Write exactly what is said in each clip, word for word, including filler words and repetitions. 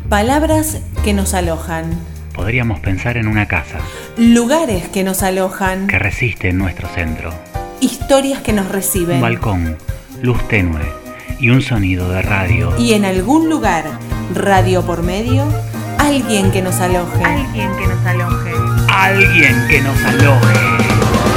Palabras que nos alojan. Podríamos pensar en una casa. Lugares que nos alojan. Que resiste en nuestro centro. Historias que nos reciben. Un balcón, luz tenue y un sonido de radio. Y en algún lugar, radio por medio, alguien que nos aloje. Alguien que nos aloje. Alguien que nos aloje.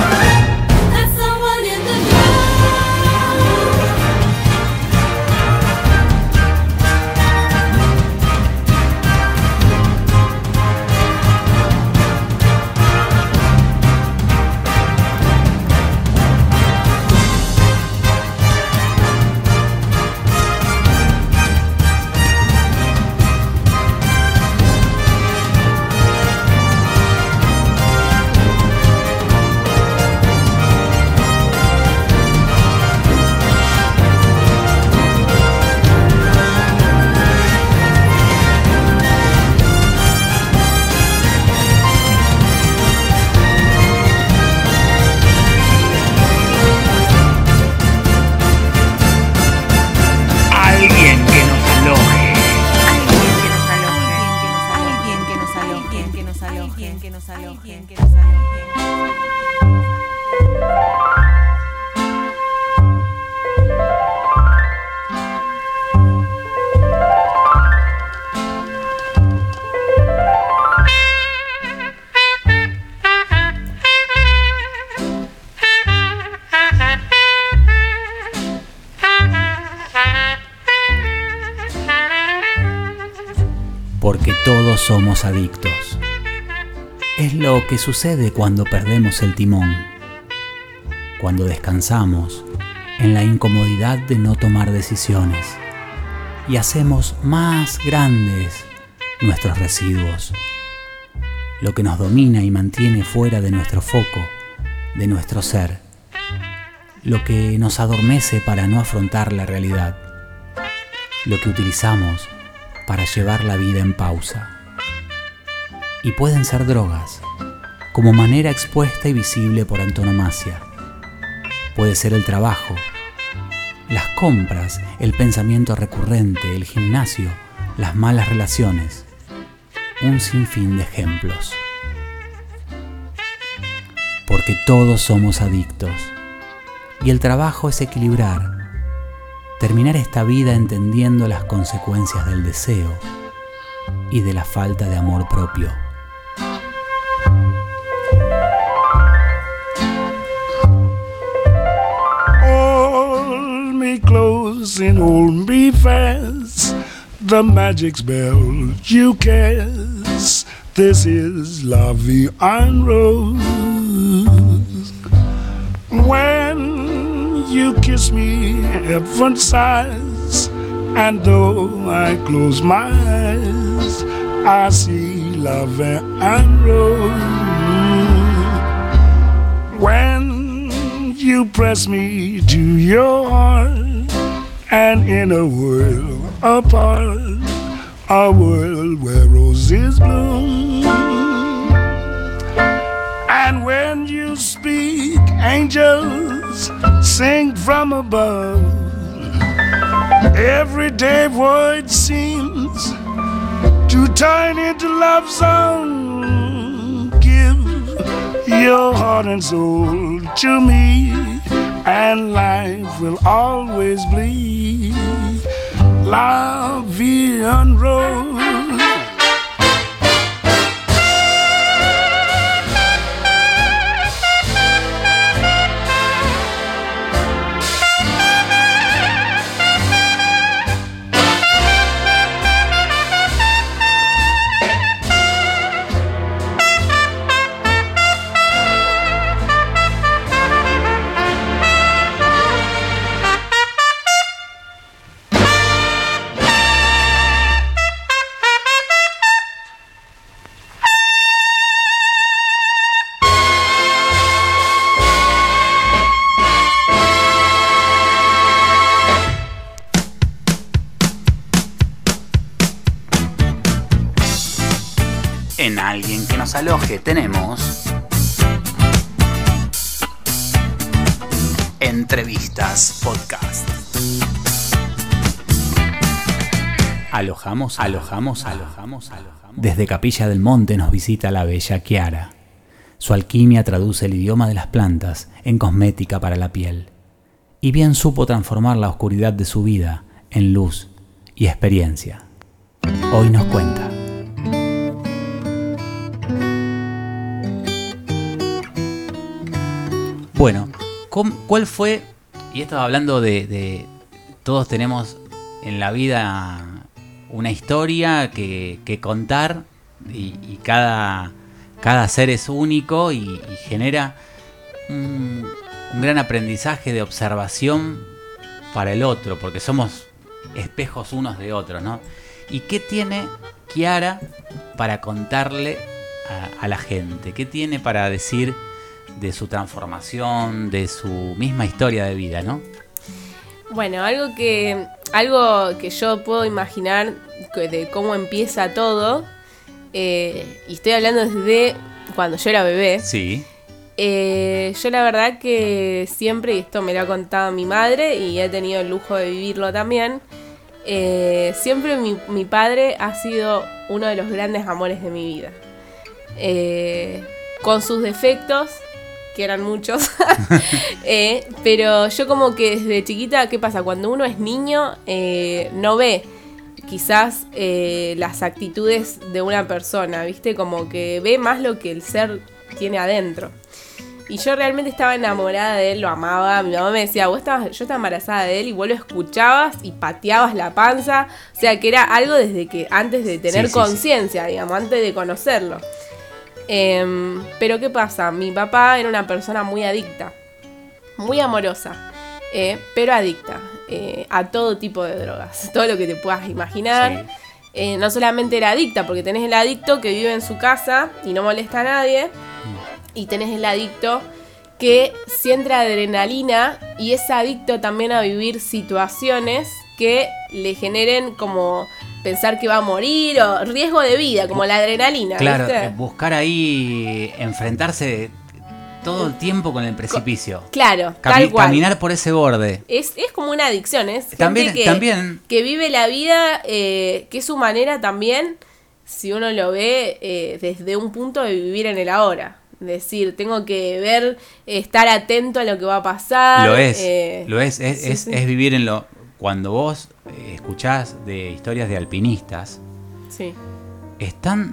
Porque todos somos adictos. Es lo que sucede cuando perdemos el timón, cuando descansamos en la incomodidad de no tomar decisiones y hacemos más grandes nuestros residuos. Lo que nos domina y mantiene fuera de nuestro foco, de nuestro ser. Lo que nos adormece para no afrontar la realidad. Lo que utilizamos para llevar la vida en pausa. Y pueden ser drogas, como manera expuesta y visible por antonomasia. Puede ser el trabajo, las compras, el pensamiento recurrente, el gimnasio, las malas relaciones. Un sinfín de ejemplos. Porque todos somos adictos. Y el trabajo es equilibrar. Terminar esta vida entendiendo las consecuencias del deseo y de la falta de amor propio. Hold me close and hold me fast. The magic spell you cast. This is La Vie en Rose. When you kiss me, heaven sighs, and though I close my eyes, I see love and rose. When you press me to your heart, and in a world apart, a world where roses bloom. And when you speak, angels sing from above. Everyday void seems to turn into love song. Give your heart and soul to me, and life will always be La Vie en Rose. En Alguien que nos aloje tenemos Entrevistas Podcast. Alojamos, alojamos, alojamos, alojamos. Desde Capilla del Monte nos visita la bella Chiara. Su alquimia traduce el idioma de las plantas en cosmética para la piel. Y bien supo transformar la oscuridad de su vida en luz y experiencia. Hoy nos cuenta. Bueno, ¿cuál fue? Y esto hablando de, de todos tenemos en la vida una historia que, que contar y, y cada, cada ser es único y, y genera un, un gran aprendizaje de observación para el otro, porque somos espejos unos de otros, ¿no? ¿Y qué tiene Chiara para contarle a, a la gente? ¿Qué tiene para decir de su transformación, de su misma historia de vida, ¿no? Bueno, algo que algo que yo puedo imaginar de cómo empieza todo, eh, y estoy hablando desde cuando yo era bebé. Sí. Eh, yo la verdad que siempre, y esto me lo ha contado mi madre y he tenido el lujo de vivirlo también, eh, siempre mi, mi padre ha sido uno de los grandes amores de mi vida. Eh, con sus defectos, que eran muchos, eh, pero yo como que desde chiquita, ¿qué pasa? Cuando uno es niño, eh, no ve quizás eh, las actitudes de una persona, ¿viste? Como que ve más lo que el ser tiene adentro. Y yo realmente estaba enamorada de él, lo amaba. Mi mamá me decía, vos estabas, yo estaba embarazada de él y vos lo escuchabas y pateabas la panza. O sea, que era algo desde que antes de tener sí, sí, conciencia, sí. digamos, antes de conocerlo. Eh, pero ¿qué pasa? Mi papá era una persona muy adicta, muy amorosa, eh, pero adicta eh, a todo tipo de drogas, todo lo que te puedas imaginar. Sí. Eh, no solamente era adicta, porque tenés el adicto que vive en su casa y no molesta a nadie, mm. y tenés el adicto que siente adrenalina y es adicto también a vivir situaciones que le generen como pensar que va a morir o riesgo de vida, como la adrenalina. Claro, ¿viste? Buscar ahí, enfrentarse todo el tiempo con el precipicio. Claro, Cami- tal cual. Caminar por ese borde. Es, es como una adicción, es gente También, que, también. que vive la vida, eh, que es su manera también, si uno lo ve, eh, desde un punto de vivir en el ahora. Decir, tengo que ver, eh, estar atento a lo que va a pasar. Lo es, eh, lo es, es, sí, es, sí. es vivir en lo... Cuando vos eh, escuchás de historias de alpinistas, sí. están...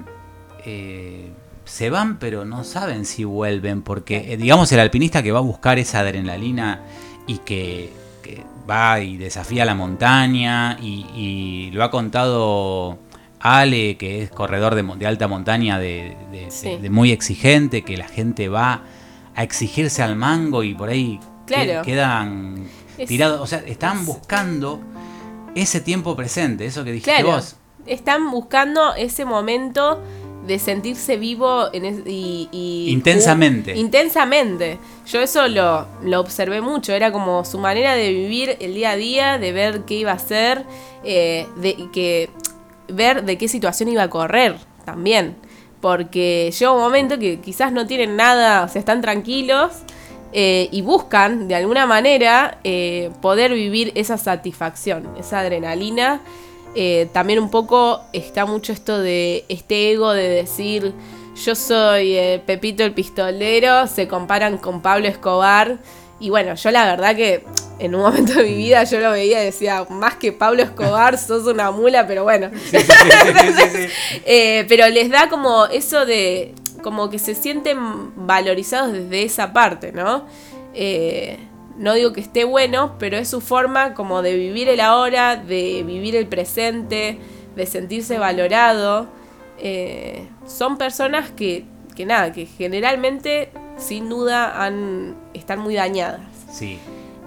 Eh, se van pero no saben si vuelven, porque eh, digamos el alpinista que va a buscar esa adrenalina y que, que va y desafía la montaña y, y lo ha contado Ale, que es corredor de, de alta montaña de, de, sí. de, de muy exigente, que la gente va a exigirse al mango y por ahí claro. que, quedan es, tirados, o sea, están es, buscando ese tiempo presente, eso que dijiste claro, vos. Están buscando ese momento de sentirse vivo en es, y, y intensamente. Uh, intensamente. Yo eso lo, lo observé mucho. Era como su manera de vivir el día a día, de ver qué iba a hacer, eh, de que ver de qué situación iba a correr también. Porque llega un momento que quizás no tienen nada, o sea, están tranquilos eh, y buscan de alguna manera eh, poder vivir esa satisfacción, esa adrenalina. Eh, también un poco está mucho esto de este ego de decir yo soy eh, Pepito el pistolero, se comparan con Pablo Escobar y bueno, yo la verdad que en un momento de mi vida yo lo veía y decía, más que Pablo Escobar sos una mula, pero bueno. Sí, sí, sí, sí, sí, sí. eh, pero les da como eso de, como que se sienten valorizados desde esa parte, ¿no? Eh... No digo que esté bueno, pero es su forma como de vivir el ahora, de vivir el presente, de sentirse valorado. Eh, son personas que, que nada, que generalmente, sin duda, han, están muy dañadas. Sí.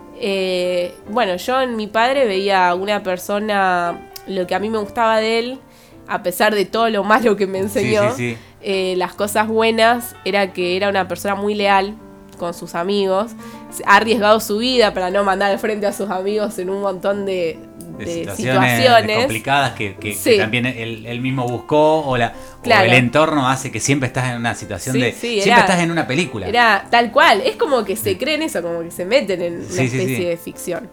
Eh, bueno, yo en mi padre veía a una persona, lo que a mí me gustaba de él, a pesar de todo lo malo que me enseñó, sí, sí, sí. Eh, las cosas buenas era que era una persona muy leal con sus amigos, ha arriesgado su vida para no mandar al frente a sus amigos en un montón de, de, de situaciones, situaciones. complicadas que, que, sí. que también él, él mismo buscó o, la, claro. o el entorno hace que siempre estás en una situación sí, de sí, siempre era, estás en una película. Era tal cual, es como que se creen eso, como que se meten en una sí, especie sí, sí. de ficción.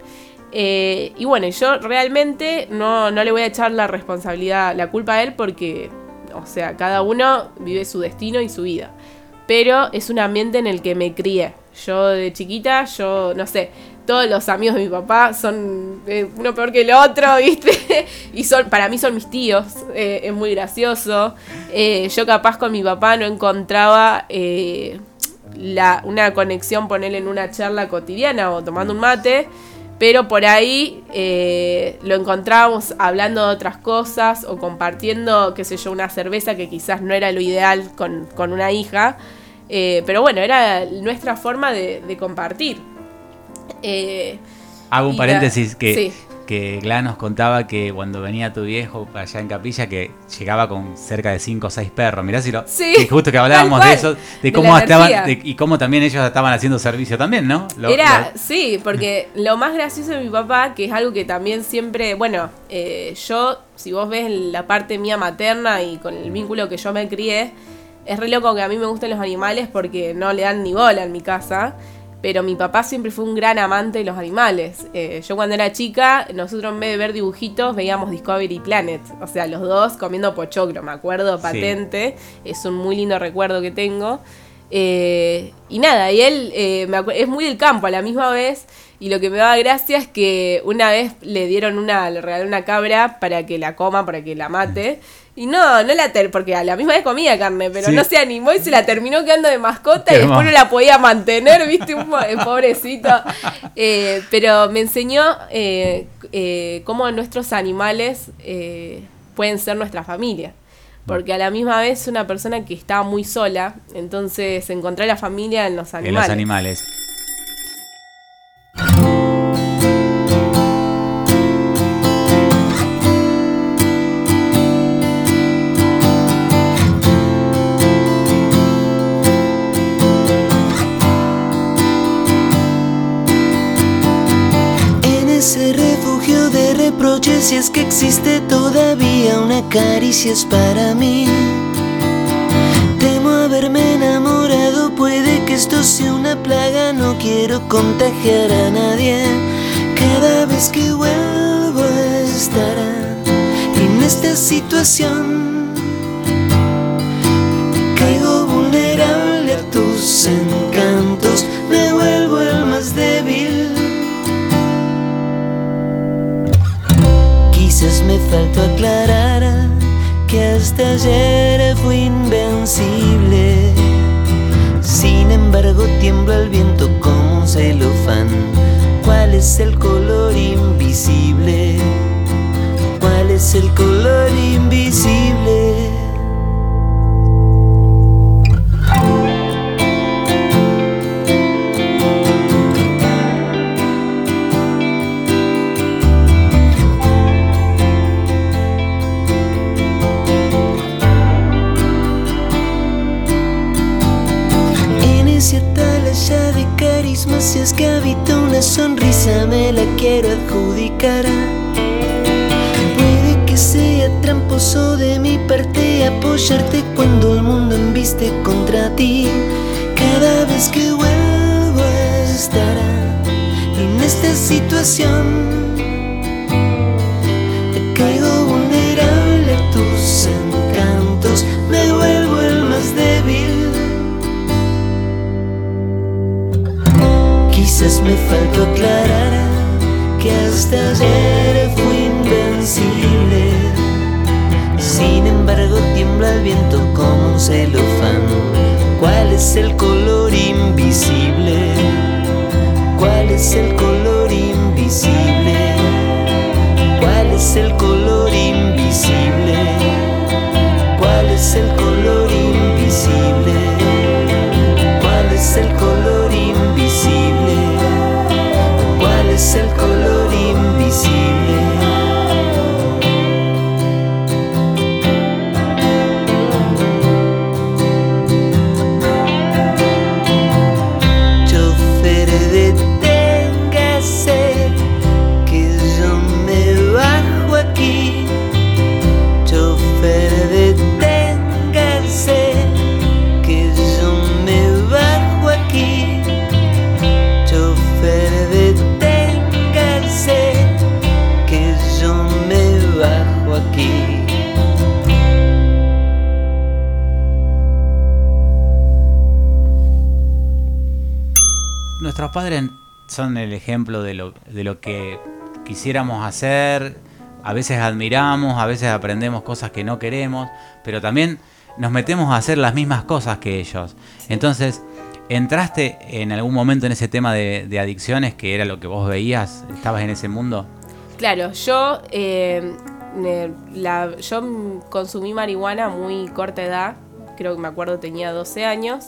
Eh, y bueno, yo realmente no, no le voy a echar la responsabilidad, la culpa a él porque, o sea, cada uno vive su destino y su vida. Pero es un ambiente en el que me crié. Yo de chiquita, yo, no sé, todos los amigos de mi papá son eh, uno peor que el otro, ¿viste? Y son, para mí son mis tíos, eh, es muy gracioso. Eh, yo capaz con mi papá no encontraba eh, la, una conexión, ponerle en una charla cotidiana o tomando un mate, pero por ahí eh, lo encontrábamos hablando de otras cosas o compartiendo, qué sé yo, una cerveza que quizás no era lo ideal con, con una hija. Eh, pero bueno, era nuestra forma de, de compartir. Eh, Hago un paréntesis la, que, sí. que Gla nos contaba que cuando venía tu viejo allá en Capilla que llegaba con cerca de cinco o seis perros. Mirá si lo... Sí, que justo que hablábamos de eso, de, de cómo estaban de, y cómo también ellos estaban haciendo servicio también, ¿no? Lo, Era, lo... sí, porque lo más gracioso de mi papá, que es algo que también siempre, bueno, eh, yo, si vos ves la parte mía materna y con el vínculo que yo me crié, es re loco que a mí me gusten los animales porque no le dan ni bola en mi casa. Pero mi papá siempre fue un gran amante de los animales. Eh, yo cuando era chica, nosotros en vez de ver dibujitos, veíamos Discovery Planet. O sea, los dos comiendo pochoclo, me acuerdo, patente. Sí. Es un muy lindo recuerdo que tengo. Eh, y nada, y él eh, me acu- es muy del campo a la misma vez. Y lo que me daba gracia es que una vez le dieron una, le regalaron una cabra para que la coma, para que la mate. Y no, no la ter porque a la misma vez comía carne, pero sí. No se animó y se la terminó quedando de mascota. Qué y después hermoso. No la podía mantener, viste, un pobrecito. Eh, pero me enseñó eh, eh, cómo nuestros animales eh, pueden ser nuestra familia. Porque a la misma vez una persona que estaba muy sola, entonces encontré la familia en los animales. En los animales. Ese refugio de reproches, si es que existe todavía una caricia es para mí. Temo haberme enamorado, puede que esto sea una plaga, no quiero contagiar a nadie. Cada vez que vuelvo a estar en esta situación, caigo vulnerable a tus encantos, me vuelvo el más débil. Quizás me faltó aclarar que hasta ayer fui invencible. Sin embargo tiemblo al viento como un celofán. ¿Cuál es el color invisible? ¿Cuál es el color invisible? Si es que habita una sonrisa, me la quiero adjudicar. Puede que sea tramposo de mi parte apoyarte cuando el mundo embiste contra ti. Cada vez que vuelvo a estar en esta situación, caigo vulnerable a tus encantos, me vuelvo el más débil. Quizás me faltó aclarar que hasta ayer fui invencible. Sin embargo tiembla el viento como un celofán. ¿Cuál es el color invisible? ¿Cuál es el color invisible? ¿Cuál es el color invisible? ¿Cuál es el color invisible? ¿Cuál es el color invisible? ¿Cuál es el color invisible? Chofer, deténgase, nuestros padres son el ejemplo de lo, de lo que quisiéramos hacer. A veces admiramos, a veces aprendemos cosas que no queremos, pero también nos metemos a hacer las mismas cosas que ellos. Entonces, ¿entraste en algún momento en ese tema de, de adicciones, que era lo que vos veías? ¿Estabas en ese mundo? Claro, yo, eh, la, yo consumí marihuana a muy corta edad, creo que me acuerdo tenía doce años.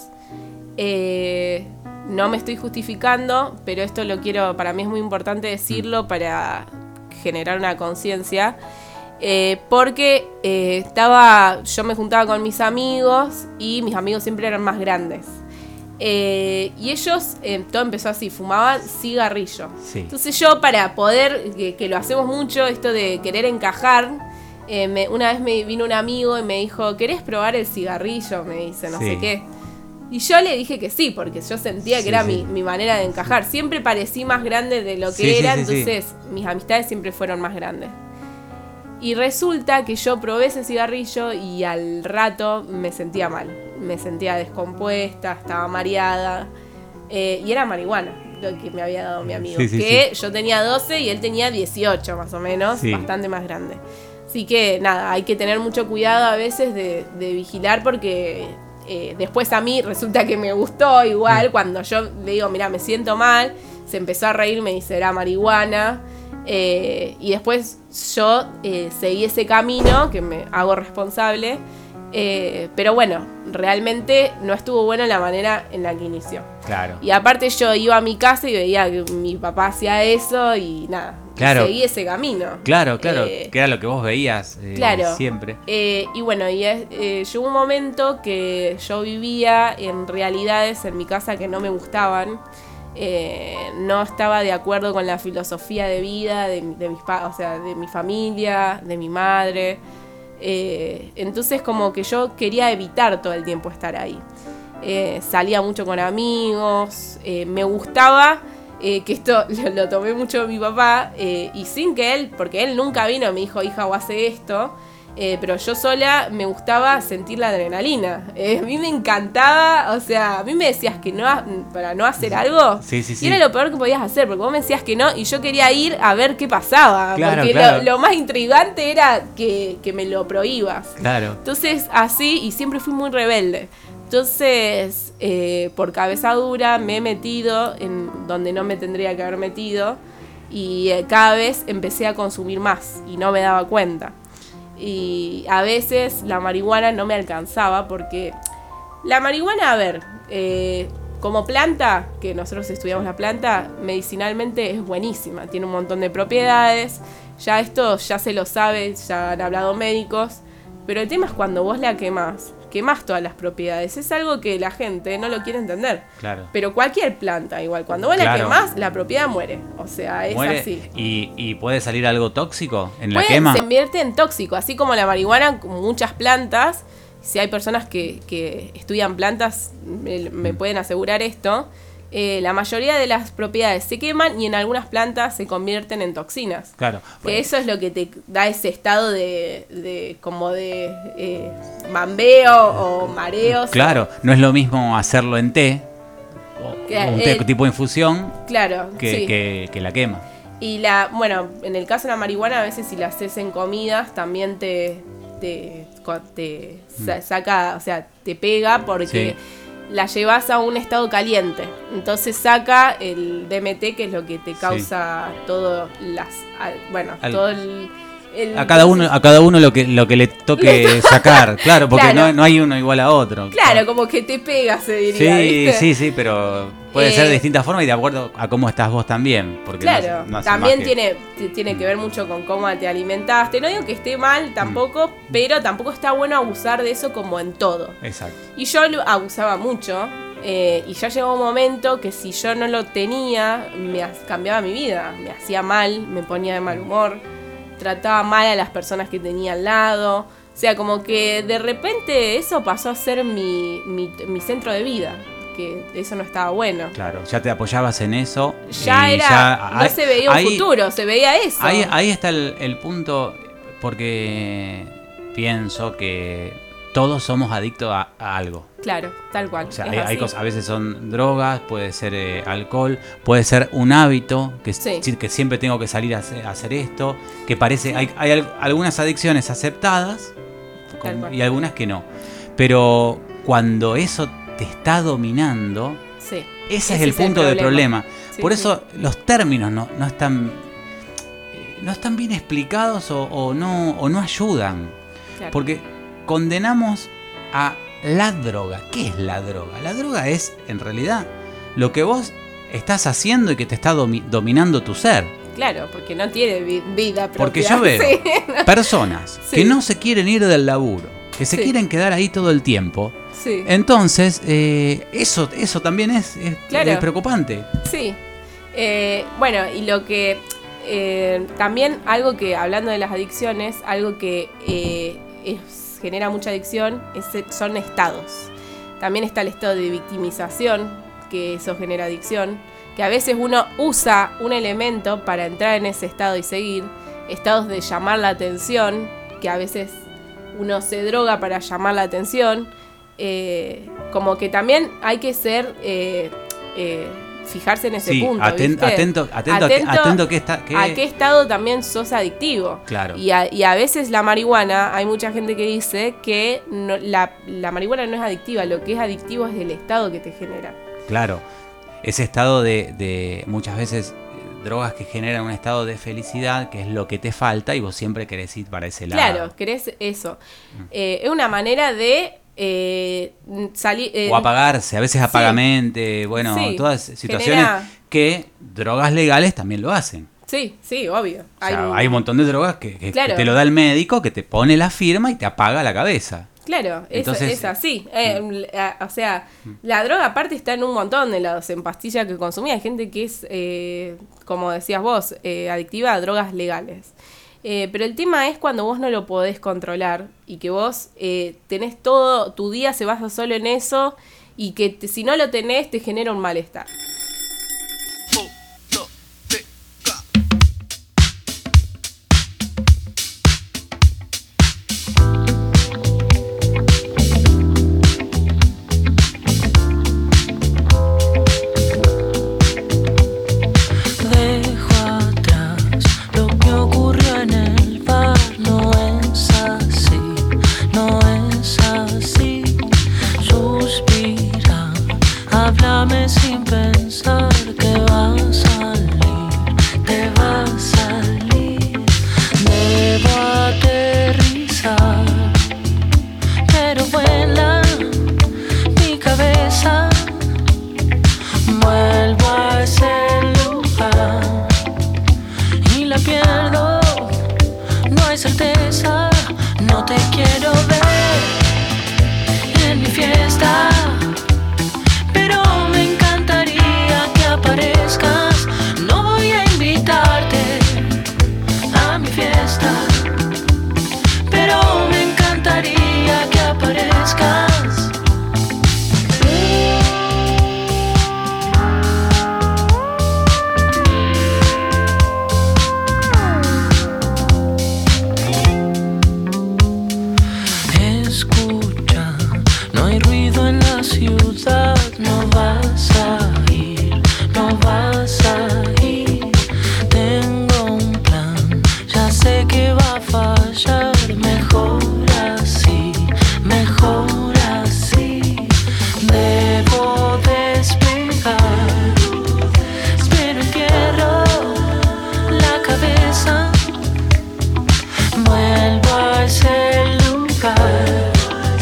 Eh, no me estoy justificando, pero esto lo quiero, para mí es muy importante decirlo para generar una conciencia, eh, porque eh, estaba, yo me juntaba con mis amigos y mis amigos siempre eran más grandes. Eh, y ellos, eh, todo empezó así, fumaban cigarrillo. Sí. Entonces yo, para poder, que, que lo hacemos mucho, esto de querer encajar, eh, me, una vez me vino un amigo y me dijo, ¿querés probar el cigarrillo? Me dice, no sí. sé qué. Y yo le dije que sí, porque yo sentía que sí, era sí. mi, mi manera de encajar. Siempre parecí más grande de lo que sí, era, sí, sí, entonces sí. mis amistades siempre fueron más grandes. Y resulta que yo probé ese cigarrillo y al rato me sentía mal. Me sentía descompuesta, estaba mareada. Eh, y era marihuana lo que me había dado mi amigo. Sí, sí, que sí. yo tenía doce y él tenía dieciocho más o menos, Sí. bastante más grande. Así que nada, hay que tener mucho cuidado a veces de, de vigilar porque... Eh, después a mí resulta que me gustó igual, cuando yo le digo, mira, me siento mal, se empezó a reír, me dice, era marihuana, eh, y después yo eh, seguí ese camino, que me hago responsable, eh, pero bueno, realmente no estuvo bueno la manera en la que inició. Claro. Y aparte yo iba a mi casa y veía que mi papá hacía eso y nada, Claro. seguí ese camino. Claro, claro, Eh, que era lo que vos veías eh, Claro. siempre. Eh, y bueno, y es- eh, llegó un momento que yo vivía en realidades en mi casa que no me gustaban. Eh, no estaba de acuerdo con la filosofía de vida de, de mis pa- o sea, de mi familia, de mi madre. Eh, entonces como que yo quería evitar todo el tiempo estar ahí. Eh, salía mucho con amigos, eh, me gustaba, eh, que esto lo, lo tomé mucho de mi papá, eh, y sin que él, porque él nunca vino, me dijo, hija, o hace esto, eh, pero yo sola me gustaba sentir la adrenalina. Eh, a mí me encantaba, o sea, a mí me decías que no, ha- para no hacer algo, Sí, sí, sí. y era lo peor que podías hacer, porque vos me decías que no, y yo quería ir a ver qué pasaba, Claro, porque claro. Lo, lo más intrigante era que, que me lo prohíbas. Claro. Entonces, así, y siempre fui muy rebelde. Entonces, eh, por cabeza dura, me he metido en donde no me tendría que haber metido. Y eh, cada vez empecé a consumir más y no me daba cuenta. Y a veces la marihuana no me alcanzaba porque la marihuana, a ver, eh, como planta, que nosotros estudiamos la planta, medicinalmente es buenísima. Tiene un montón de propiedades. Ya esto ya se lo sabe, ya han hablado médicos. Pero el tema es cuando vos la quemás, quemás todas las propiedades. Es algo que la gente no lo quiere entender. Claro. Pero cualquier planta, igual, cuando vos Claro. la quemás, la propiedad muere. O sea, es Muere así. y, y puede salir algo tóxico en la Puede- quema. Se convierte en tóxico, así como la marihuana, como muchas plantas. Si hay personas que, que estudian plantas, me, me pueden asegurar esto. Eh, la mayoría de las propiedades se queman y en algunas plantas se convierten en toxinas. Claro. Que eso es lo que te da ese estado de, de como de eh, mambeo o mareos. Claro, no es lo mismo hacerlo en té, o, Que, o un té eh, tipo infusión, Claro, que, sí. que, que la quema. Y la, bueno, en el caso de la marihuana, a veces si la haces en comidas, también te, te, co- te sa- saca, o sea, te pega porque Sí. la llevas a un estado caliente. Entonces saca el D M T, que es lo que te causa todo las, al- bueno, Al- todo el, el- A cada uno, a cada uno lo que lo que le toque sacar, claro, porque Claro. no, no hay uno igual a otro. Claro, como que te pega, se diría, Sí, ¿viste? sí, sí, pero puede Eh, ser de distintas formas y de acuerdo a cómo estás vos también. Porque no Claro, hace- no hace también más que- tiene, t- tiene que ver mucho con cómo te alimentaste. No digo que esté mal tampoco, pero tampoco está bueno abusar de eso como en todo. Exacto. Y yo lo abusaba mucho, eh, y ya llegó un momento que si yo no lo tenía, me ha- cambiaba mi vida. Me hacía mal, me ponía de mal humor, trataba mal a las personas que tenía al lado. O sea, como que de repente eso pasó a ser mi, mi, mi centro de vida, que eso no estaba bueno. Claro, ya te apoyabas en eso. Ya y era, ya- no ahí- se veía un ahí- futuro, se veía eso. Ahí, ahí está el, el punto, porque pienso que todos somos adictos a, a algo. Claro, tal cual. O sea, es hay, así. hay cosas, a veces son drogas, puede ser eh, alcohol, puede ser un hábito, que es Sí. decir, que siempre tengo que salir a hacer, a hacer esto, que parece, hay, hay al- algunas adicciones aceptadas Tal con- cual. y algunas que no. Pero cuando eso te está dominando, Sí. ese, Ese es el es el punto de problema. Sí, Por sí. eso los términos no, no están eh, no están bien explicados o, o no, o no ayudan. Claro. Porque condenamos a la droga. ¿Qué es la droga? La droga es, en realidad, lo que vos estás haciendo y que te está domi- dominando tu ser. Claro, porque no tiene vi- vida propia. Porque yo veo Sí. personas Sí. que no se quieren ir del laburo, que se Sí. quieren quedar ahí todo el tiempo. Sí. Entonces, eh, eso, eso también es, es- Claro. es preocupante. Sí. Eh, bueno, y lo que eh, también algo que, hablando de las adicciones, algo que eh, es- genera mucha adicción es, son estados. También está el estado de victimización, que eso genera adicción, que a veces uno usa un elemento para entrar en ese estado y seguir. Estados de llamar la atención, que a veces uno se droga para llamar la atención. Eh, como que también hay que ser... Eh, eh, fijarse en ese Sí, punto, aten- ¿viste? atento, atento, a que- atento que está- que- a qué estado también sos adictivo. Claro. Y a, y a veces la marihuana, hay mucha gente que dice que no- la, la marihuana no es adictiva, lo que es adictivo es el estado que te genera. Claro, ese estado de, de muchas veces eh, drogas que generan un estado de felicidad, que es lo que te falta y vos siempre querés ir para ese lado. Claro, querés eso. Eh, es una manera de eh, salir... eh, O apagarse, a veces apagamente, bueno, Sí, todas situaciones genera- que drogas legales también lo hacen. Sí, sí, obvio. O sea, hay, un montón de drogas que, que- Claro. que te lo da el médico, que te pone la firma y te apaga la cabeza. Claro, es, Entonces, es así. Eh, la- o sea, la droga aparte está en un montón de lados, en pastillas que consumía. Hay gente que es, eh, como decías vos, eh, adictiva a drogas legales. Eh, pero el tema es cuando vos no lo podés controlar y que vos eh, tenés todo, tu día se basa solo en eso y que te- si no lo tenés te genera un malestar. Dejo atrás lo que ocurrió en el bar. No es así, no es así. Suspira, háblame sin pensar que va a salir, te va a salir. Debo aterrizar, pero vuela mi cabeza. Vuelvo a ese lugar y la pierdo, no hay certeza, no te quiero ver en mi fiesta, pero me encantaría que aparezcas, no voy a invitarte a mi fiesta, pero me encantaría que aparezcas. Escucha, no hay ruido en la ciudad, no vas a ir, no vas a ir. Tengo un plan, ya sé que va a fallar, mejor así, mejor así. Debo despegar, pero entierro la cabeza. Vuelvo a ese lugar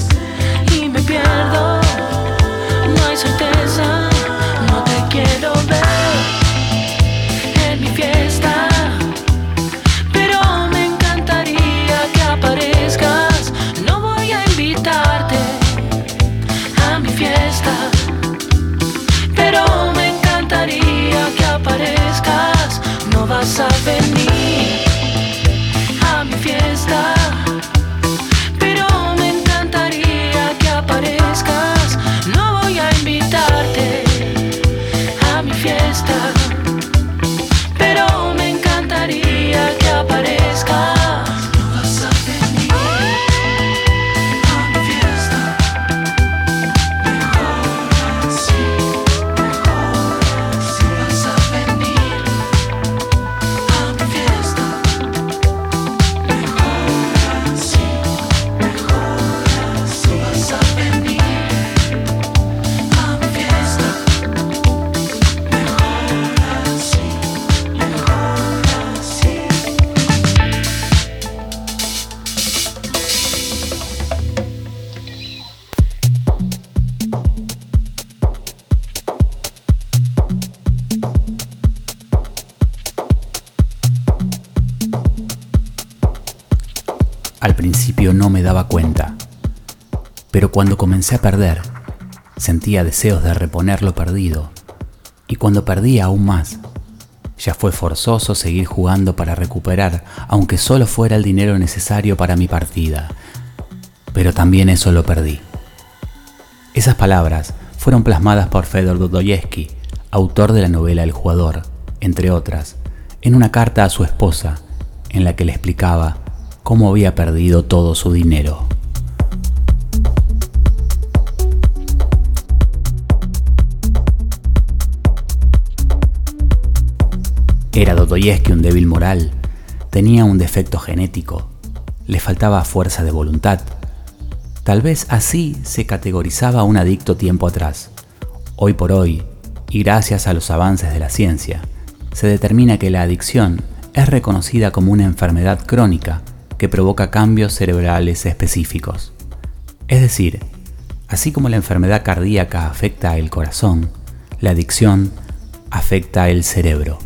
no me daba cuenta. Pero cuando comencé a perder, sentía deseos de reponer lo perdido. Y cuando perdía aún más, ya fue forzoso seguir jugando para recuperar, aunque solo fuera el dinero necesario para mi partida. Pero también eso lo perdí. Esas palabras fueron plasmadas por Fedor Dostoyevski, autor de la novela El jugador, entre otras, en una carta a su esposa, en la que le explicaba cómo había perdido todo su dinero. ¿Era Dostoyevski un débil moral? ¿Tenía un defecto genético? ¿Le faltaba fuerza de voluntad? Tal vez así se categorizaba un adicto tiempo atrás. Hoy por hoy, y gracias a los avances de la ciencia, se determina que la adicción es reconocida como una enfermedad crónica que provoca cambios cerebrales específicos. Es decir, así como la enfermedad cardíaca afecta el corazón, la adicción afecta el cerebro.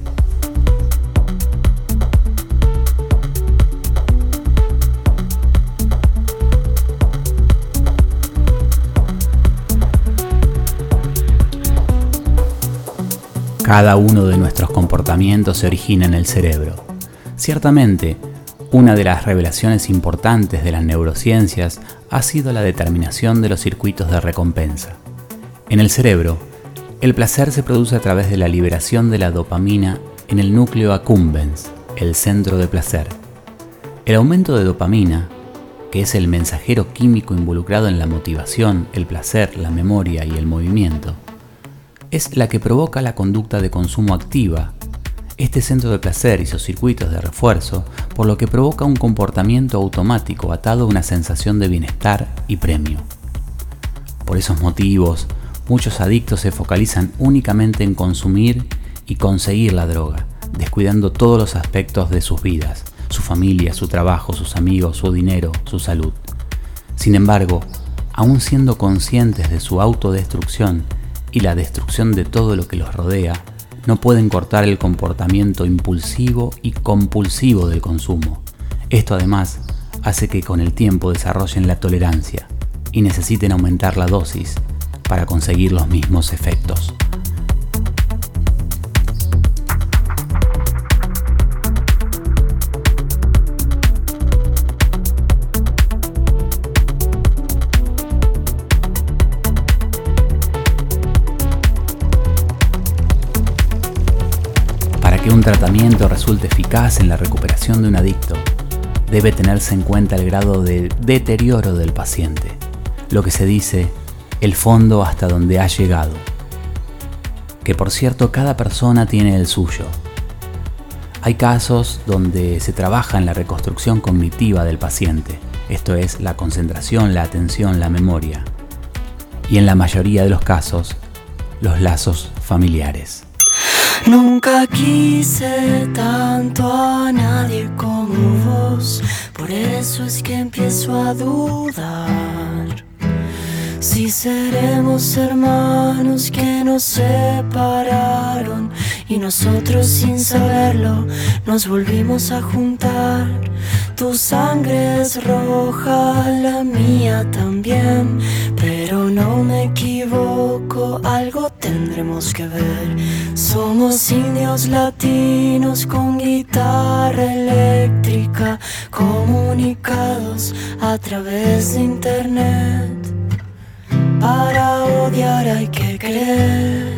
Cada uno de nuestros comportamientos se origina en el cerebro. Ciertamente, una de las revelaciones importantes de las neurociencias ha sido la determinación de los circuitos de recompensa. En el cerebro, el placer se produce a través de la liberación de la dopamina en el núcleo accumbens, el centro de placer. El aumento de dopamina, que es el mensajero químico involucrado en la motivación, el placer, la memoria y el movimiento, es la que provoca la conducta de consumo activa, este centro de placer y sus circuitos de refuerzo, por lo que provoca un comportamiento automático atado a una sensación de bienestar y premio. Por esos motivos, muchos adictos se focalizan únicamente en consumir y conseguir la droga, descuidando todos los aspectos de sus vidas, su familia, su trabajo, sus amigos, su dinero, su salud. Sin embargo, aún siendo conscientes de su autodestrucción y la destrucción de todo lo que los rodea, no pueden cortar el comportamiento impulsivo y compulsivo del consumo. Esto además hace que con el tiempo desarrollen la tolerancia y necesiten aumentar la dosis para conseguir los mismos efectos. Para que un tratamiento resulte eficaz en la recuperación de un adicto, debe tenerse en cuenta el grado de deterioro del paciente, lo que se dice el fondo hasta donde ha llegado, que por cierto cada persona tiene el suyo. Hay casos donde se trabaja en la reconstrucción cognitiva del paciente, esto es la concentración, la atención, la memoria, y en la mayoría de los casos, los lazos familiares. Nunca quise tanto a nadie como vos, por eso es que empiezo a dudar si seremos hermanos que nos separaron y nosotros sin saberlo nos volvimos a juntar. Tu sangre es roja, la mía también, pero no me equivoco, algo tendremos que ver. Somos indios latinos con guitarra eléctrica, comunicados a través de internet. Para odiar hay que querer,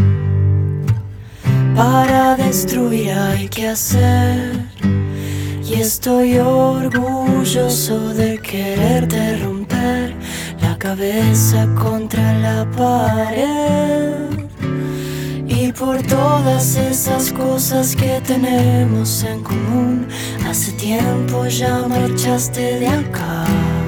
para destruir hay que hacer. Y estoy orgulloso de quererte romper la cabeza contra la pared. Y por todas esas cosas que tenemos en común, hace tiempo ya marchaste de acá.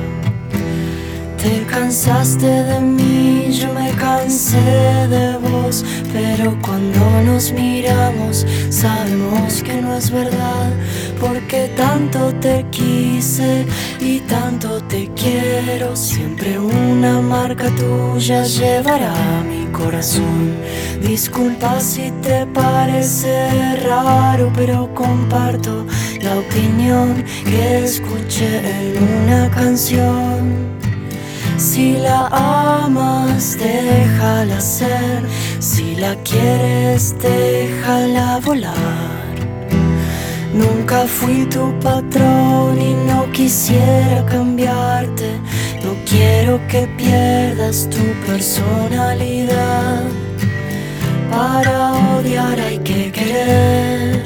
Te cansaste de mí, yo me cansé de vos, pero cuando nos miramos sabemos que no es verdad, porque tanto te quise y tanto te quiero, siempre una marca tuya llevará mi corazón. Disculpa si te parece raro, pero comparto la opinión que escuché en una canción. Si la amas, déjala ser. Si la quieres, déjala volar. Nunca fui tu patrón y no quisiera cambiarte. No quiero que pierdas tu personalidad. Para odiar hay que querer.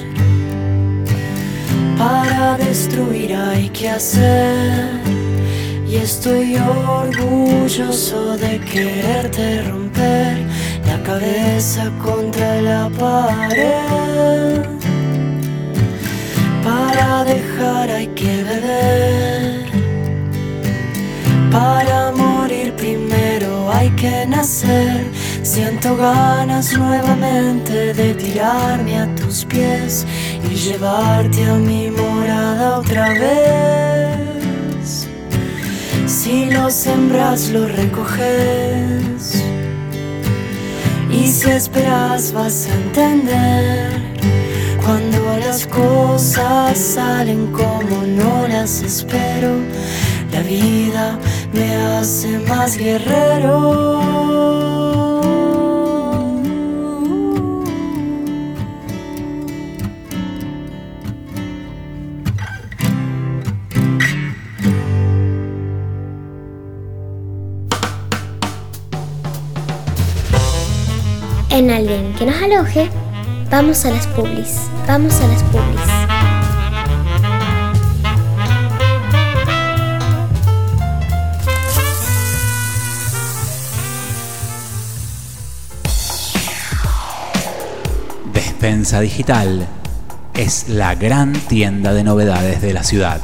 Para destruir hay que hacer. Y estoy orgulloso de quererte romper la cabeza contra la pared. Para dejar hay que beber. Para morir primero hay que nacer. Siento ganas nuevamente de tirarme a tus pies y llevarte a mi morada otra vez. Si lo sembras, lo recoges. Y si esperas, vas a entender. Cuando las cosas salen como no las espero, la vida me hace más guerrero. En alguien que nos aloje, vamos a las publis, vamos a las publis. Despensa Digital es la gran tienda de novedades de la ciudad.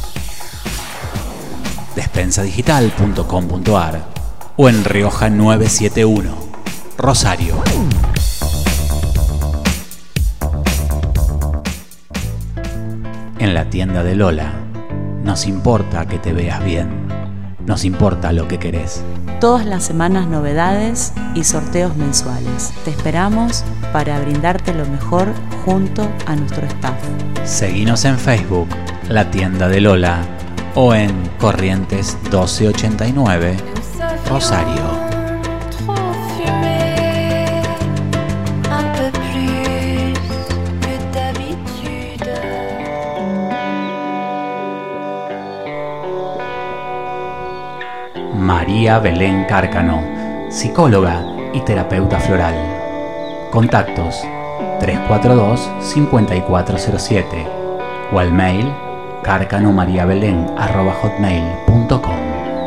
despensa digital punto com punto a r o en Rioja novecientos setenta y uno, Rosario. En la tienda de Lola, nos importa que te veas bien, nos importa lo que querés. Todas las semanas novedades y sorteos mensuales. Te esperamos para brindarte lo mejor junto a nuestro staff. Seguinos en Facebook, La Tienda de Lola, o en Corrientes doce ochenta y nueve, Rosario. María Belén Cárcano, psicóloga y terapeuta floral. Contactos tres cuatro dos, cinco cuatro cero siete o al mail carcanomariabelen arroba hotmail punto com.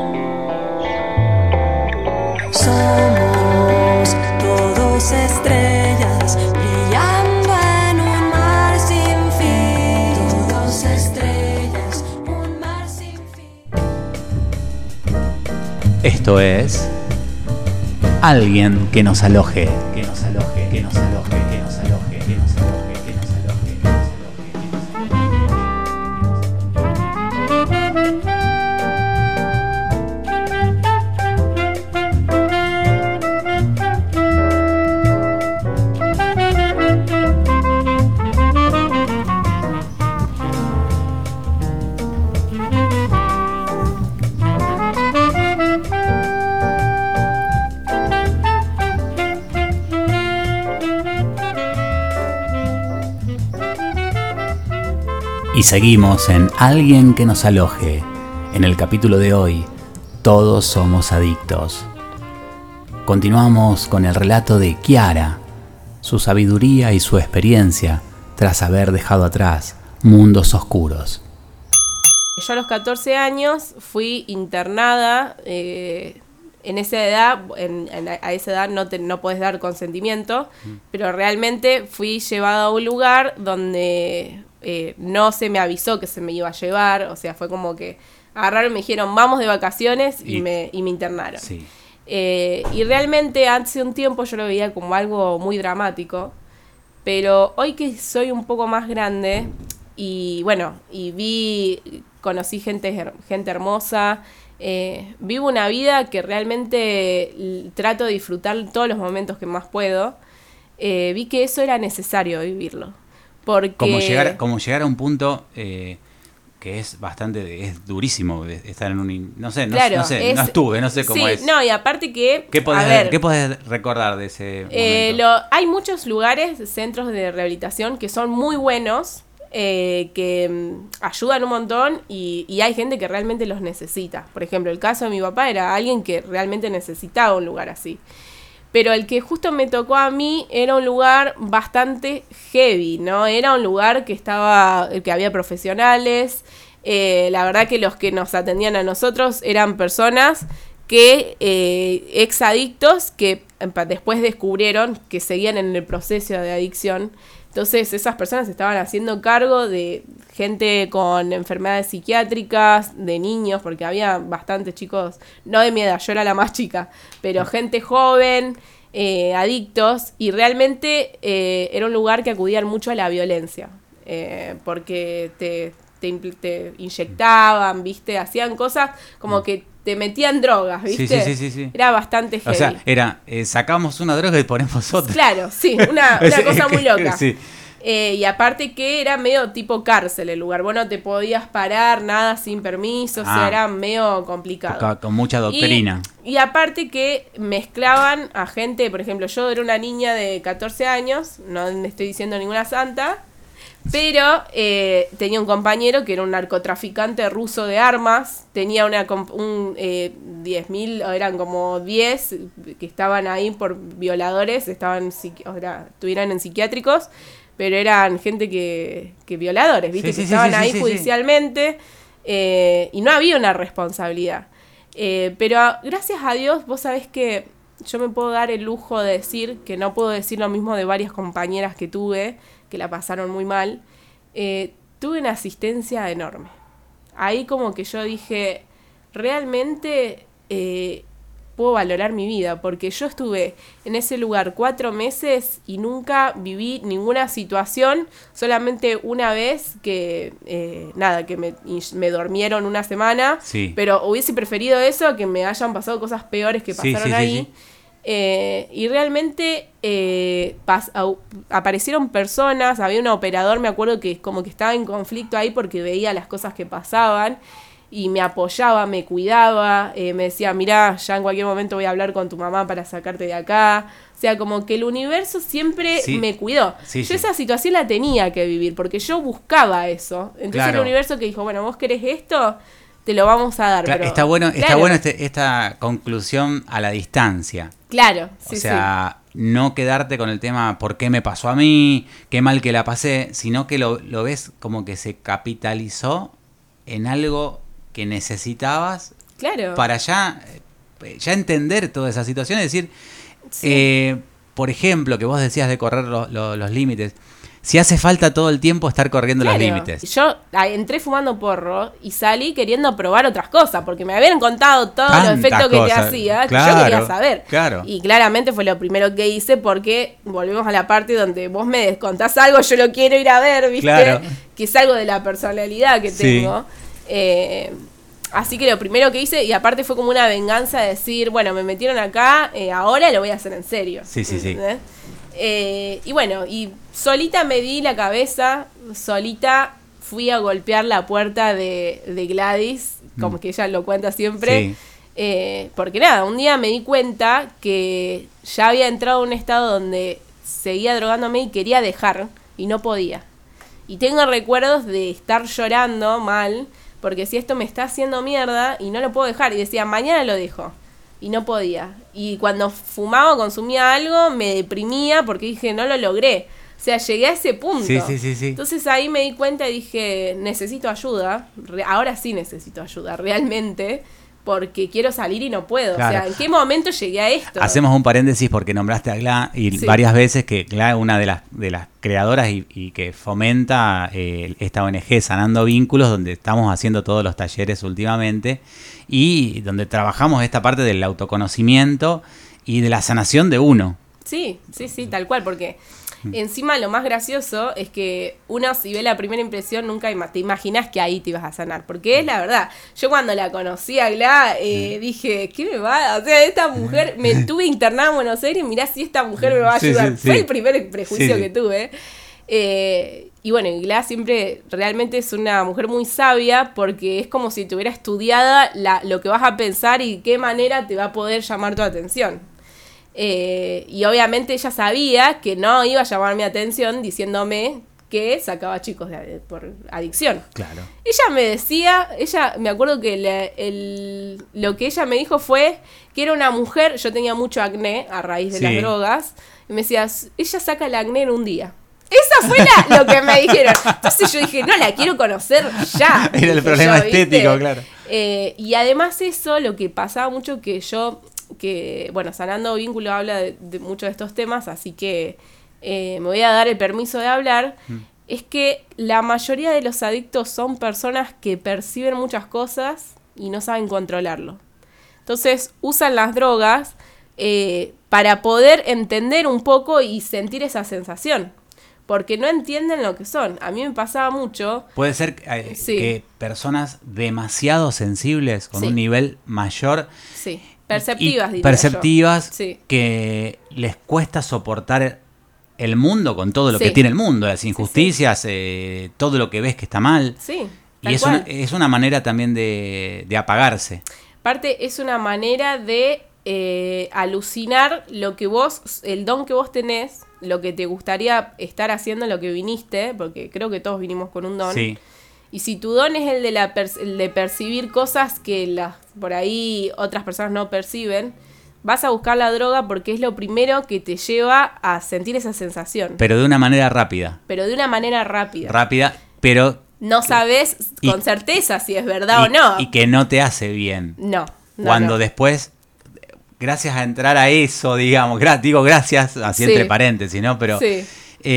Somos todos estrellas brillando en un mar sin fin. Todos estrellas, un mar sin fin. Esto es Alguien que nos aloje, que nos aloje, que nos aloje, que nos aloje, que nos aloje, que nos aloje, que nos Y seguimos en Alguien que nos aloje. En el capítulo de hoy, todos somos adictos. Continuamos con el relato de Kiara, su sabiduría y su experiencia tras haber dejado atrás mundos oscuros. Yo a los catorce años fui internada. Eh, en esa edad, en, en, a esa edad no, te, no podés dar consentimiento, mm. pero realmente fui llevada a un lugar donde... Eh, no se me avisó que se me iba a llevar, o sea, fue como que agarraron y me dijeron vamos de vacaciones y, y, me, y me internaron. Sí. Eh, y realmente hace un tiempo yo lo veía como algo muy dramático, pero hoy que soy un poco más grande y bueno, y vi, conocí gente, gente hermosa, eh, vivo una vida que realmente trato de disfrutar todos los momentos que más puedo, eh, vi que eso era necesario vivirlo. Porque... Como llegar, como llegar a un punto eh, que es bastante, es durísimo estar en un... No sé, no, claro, no sé, es, no estuve, no sé cómo sí, es. No, y aparte que... ¿Qué podés, a ver, ¿qué podés recordar de ese eh, momento? Lo, hay muchos lugares, centros de rehabilitación que son muy buenos, eh, que mm, ayudan un montón y, y hay gente que realmente los necesita. Por ejemplo, el caso de mi papá era alguien que realmente necesitaba un lugar así. Pero el que justo me tocó a mí era un lugar bastante heavy, ¿no? Era un lugar que estaba, que había profesionales. Eh, la verdad que los que nos atendían a nosotros eran personas que, eh, exadictos, que después descubrieron que seguían en el proceso de adicción. Entonces esas personas estaban haciendo cargo de gente con enfermedades psiquiátricas, de niños, porque había bastantes chicos, no de mi edad, yo era la más chica, pero gente joven, eh, adictos, y realmente eh, era un lugar que acudían mucho a la violencia, eh, porque te, te, te inyectaban, ¿viste? Hacían cosas como que te metían drogas, ¿viste? Sí, sí, sí, sí. Era bastante heavy. O sea, era, eh, sacamos una droga y ponemos otra. Claro, sí, una, una cosa muy loca. Sí. Eh, y aparte que era medio tipo cárcel el lugar. Vos no te podías parar nada sin permiso, ah, o sea, era medio complicado. Con, con mucha doctrina. Y, y aparte que mezclaban a gente, por ejemplo, yo era una niña de catorce años, no me estoy diciendo ninguna santa, pero eh, tenía un compañero que era un narcotraficante ruso de armas, tenía una un eh, diez mil, eran como diez que estaban ahí por violadores, estaban, o sea, estuvieran en psiquiátricos, pero eran gente que, que violadores, ¿viste? Sí, que sí, estaban sí, sí, ahí sí, judicialmente, sí. Eh, y no había una responsabilidad. Eh, pero gracias a Dios, vos sabés que yo me puedo dar el lujo de decir, que no puedo decir lo mismo de varias compañeras que tuve, que la pasaron muy mal, eh, tuve una asistencia enorme. Ahí como que yo dije, realmente eh, puedo valorar mi vida, porque yo estuve en ese lugar cuatro meses y nunca viví ninguna situación, solamente una vez que, eh, nada, que me, me durmieron una semana, sí. Pero hubiese preferido eso a que me hayan pasado cosas peores que pasaron sí, sí, ahí. Sí, sí. Eh, y realmente eh, pas- au- aparecieron personas, había un operador, me acuerdo que como que estaba en conflicto ahí porque veía las cosas que pasaban y me apoyaba, me cuidaba, eh, me decía, mirá, ya en cualquier momento voy a hablar con tu mamá para sacarte de acá. O sea, como que el universo siempre sí. me cuidó. Sí, yo sí. esa situación la tenía que vivir porque yo buscaba eso. Entonces claro. El universo que dijo, bueno, vos querés esto, te lo vamos a dar. Claro, pero, está bueno, claro. está bueno este, esta conclusión a la distancia. Claro, sí, O sea, sí. no quedarte con el tema ¿por qué me pasó a mí? Qué mal que la pasé, sino que lo, lo ves como que se capitalizó en algo que necesitabas claro. para ya, ya entender toda esa situación. Es decir, sí. eh, por ejemplo, que vos decías de correr lo, lo, los límites. Si hace falta todo el tiempo estar corriendo claro. los límites. Yo entré fumando porro y salí queriendo probar otras cosas, porque me habían contado todos Tantas los efectos que cosas. te hacía, claro, que yo quería saber. Claro. Y claramente fue lo primero que hice, porque volvemos a la parte donde vos me contás algo, yo lo quiero ir a ver, ¿viste? Claro. Que es algo de la personalidad que sí. tengo. Eh, así que lo primero que hice, y aparte fue como una venganza de decir, bueno, me metieron acá, eh, ahora lo voy a hacer en serio. Sí, sí, ¿entendés? sí. Eh, y bueno, y solita me di la cabeza, solita fui a golpear la puerta de, de Gladys, como mm. que ella lo cuenta siempre, sí. eh, porque nada, un día me di cuenta que ya había entrado en un estado donde seguía drogándome y quería dejar, y no podía. Y tengo recuerdos de estar llorando mal, porque si esto me está haciendo mierda y no lo puedo dejar, y decía, mañana lo dejo. Y no podía. Y cuando fumaba o consumía algo, me deprimía porque dije, no lo logré. O sea, llegué a ese punto. Sí, sí, sí, sí. Entonces ahí me di cuenta y dije, necesito ayuda. Re- ahora sí necesito ayuda, realmente. Porque quiero salir y no puedo. Claro. O sea, ¿en qué momento llegué a esto? Hacemos un paréntesis porque nombraste a Gla y sí. varias veces que Gla es una de las, de las creadoras y, y que fomenta eh, esta O N G Sanando Vínculos, donde estamos haciendo todos los talleres últimamente y donde trabajamos esta parte del autoconocimiento y de la sanación de uno. Sí, sí, sí, tal cual, porque encima lo más gracioso es que uno, si ve la primera impresión, nunca ima- te imaginas que ahí te ibas a sanar, porque es la verdad. Yo cuando la conocí a Gla, eh, dije, ¿qué me va? O sea, esta mujer, me tuve internada en Buenos Aires, mirá si esta mujer me va a ayudar. Sí, sí, sí. Fue el primer prejuicio sí. que tuve. Eh, y bueno, y Glass siempre realmente es una mujer muy sabia porque es como si tuviera estudiada la, lo que vas a pensar y qué manera te va a poder llamar tu atención. Eh, y obviamente ella sabía que no iba a llamar mi atención diciéndome que sacaba chicos de, por adicción. Claro. Ella me decía, ella me acuerdo que le, el, lo que ella me dijo fue que era una mujer, yo tenía mucho acné a raíz de Sí. las drogas, y me decía, ella saca el acné en un día. Esa fue la, lo que me dijeron. Entonces yo dije, no, la quiero conocer ya. Era el Dije problema yo, ¿viste? estético, claro. Eh, y además eso, lo que pasaba mucho que yo, que bueno, Sanando Vínculo habla de, de muchos de estos temas, así que eh, me voy a dar el permiso de hablar, mm. es que la mayoría de los adictos son personas que perciben muchas cosas y no saben controlarlo. Entonces usan las drogas eh, para poder entender un poco y sentir esa sensación. Porque no entienden lo que son. A mí me pasaba mucho. Puede ser eh, sí. que personas demasiado sensibles, con sí. un nivel mayor. Sí, perceptivas, diría Perceptivas, yo. Sí. que les cuesta soportar el mundo con todo lo sí. que tiene el mundo, las injusticias, sí, sí. Eh, todo lo que ves que está mal. Sí. Y es una, es una manera también de, de apagarse. Aparte, es una manera de eh, alucinar lo que vos, el don que vos tenés, lo que te gustaría estar haciendo, lo que viniste, porque creo que todos vinimos con un don. Sí. Y si tu don es el de, la per- el de percibir cosas que las por ahí otras personas no perciben, vas a buscar la droga porque es lo primero que te lleva a sentir esa sensación. Pero de una manera rápida. Pero de una manera rápida. Rápida, pero... No sabes y, con certeza si es verdad y, o no. Y que no te hace bien. No. no Cuando no. después... Gracias a entrar a eso, digamos, gra- digo gracias, así sí. entre paréntesis, ¿no? Pero sí.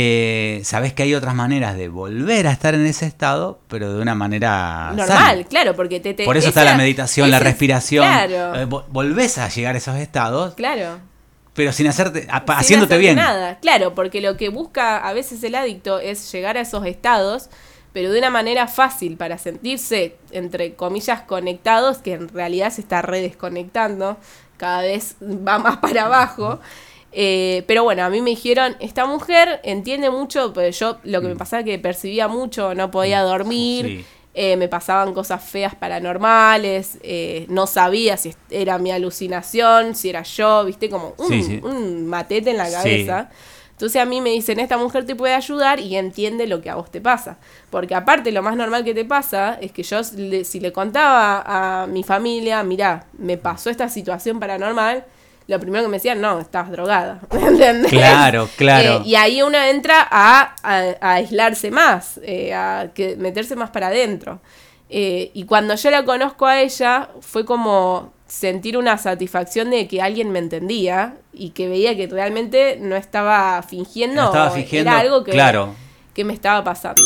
eh, sabés que hay otras maneras de volver a estar en ese estado, pero de una manera normal, sana. Claro, porque te... te Por eso esa, está la meditación, la respiración. Claro. Eh, volvés a llegar a esos estados, claro. pero sin hacerte, a, sin haciéndote hacerte bien. Nada, claro, porque lo que busca a veces el adicto es llegar a esos estados, pero de una manera fácil para sentirse, entre comillas, conectados, que en realidad se está redesconectando, cada vez va más para abajo. Eh, pero bueno, a mí me dijeron, esta mujer entiende mucho, pues yo lo que me pasaba es que percibía mucho, no podía dormir, Sí. eh, me pasaban cosas feas paranormales, eh, no sabía si era mi alucinación, si era yo, viste, como un, Sí, sí. un matete en la cabeza. Sí. Entonces a mí me dicen, esta mujer te puede ayudar y entiende lo que a vos te pasa. Porque aparte lo más normal que te pasa es que yo le, si le contaba a mi familia, mirá, me pasó esta situación paranormal, lo primero que me decían, no, estás drogada. ¿Entendés? Claro, claro. Eh, y ahí uno entra a, a, a aislarse más, eh, a que, meterse más para adentro. Eh, y cuando yo la conozco a ella, fue como sentir una satisfacción de que alguien me entendía y que veía que realmente no estaba fingiendo, no estaba fingiendo, era algo que, claro. que me estaba pasando.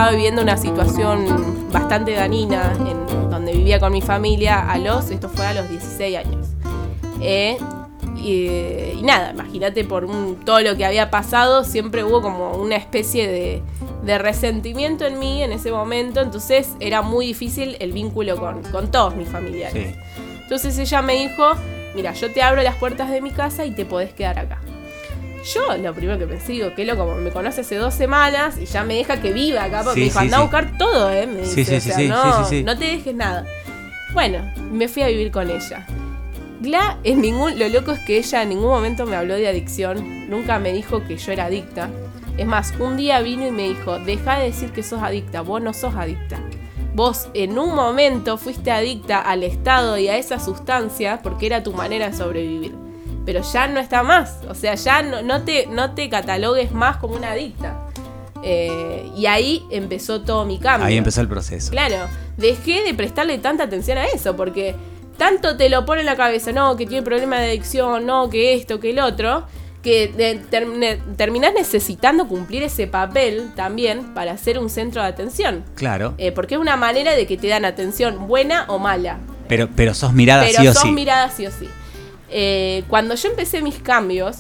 estaba viviendo una situación bastante dañina en donde vivía con mi familia a los, esto fue a los dieciséis años. Eh, y, y nada, imagínate por un, todo lo que había pasado, siempre hubo como una especie de, de resentimiento en mí en ese momento, entonces era muy difícil el vínculo con, con todos mis familiares. Sí. Entonces ella me dijo, mira, yo te abro las puertas de mi casa y te podés quedar acá. Yo lo primero que pensé, digo, que loco, me conoce hace dos semanas y ya me deja que viva acá, porque sí, me dijo, sí, anda sí. a buscar todo, ¿eh? Me sí, dice, sí, o sea, sí, no, sí, sí, sí. no te dejes nada. Bueno, me fui a vivir con ella. Gla, en ningún, lo loco es que ella en ningún momento me habló de adicción, nunca me dijo que yo era adicta. Es más, un día vino y me dijo, deja de decir que sos adicta, vos no sos adicta. Vos en un momento fuiste adicta al estado y a esa sustancia porque era tu manera de sobrevivir. Pero ya no está más, o sea, ya no, no, te, no te catalogues más como una adicta. Eh, y ahí empezó todo mi cambio. Ahí empezó el proceso. Claro, dejé de prestarle tanta atención a eso, porque tanto te lo pone en la cabeza, no, que tiene problema de adicción, no, que esto, que el otro, que de, ter, terminás necesitando cumplir ese papel también para ser un centro de atención. Claro. Eh, porque es una manera de que te dan atención, buena o mala. Pero, pero sos mirada pero sí o sos sí. Pero sos mirada sí o sí. Eh, cuando yo empecé mis cambios,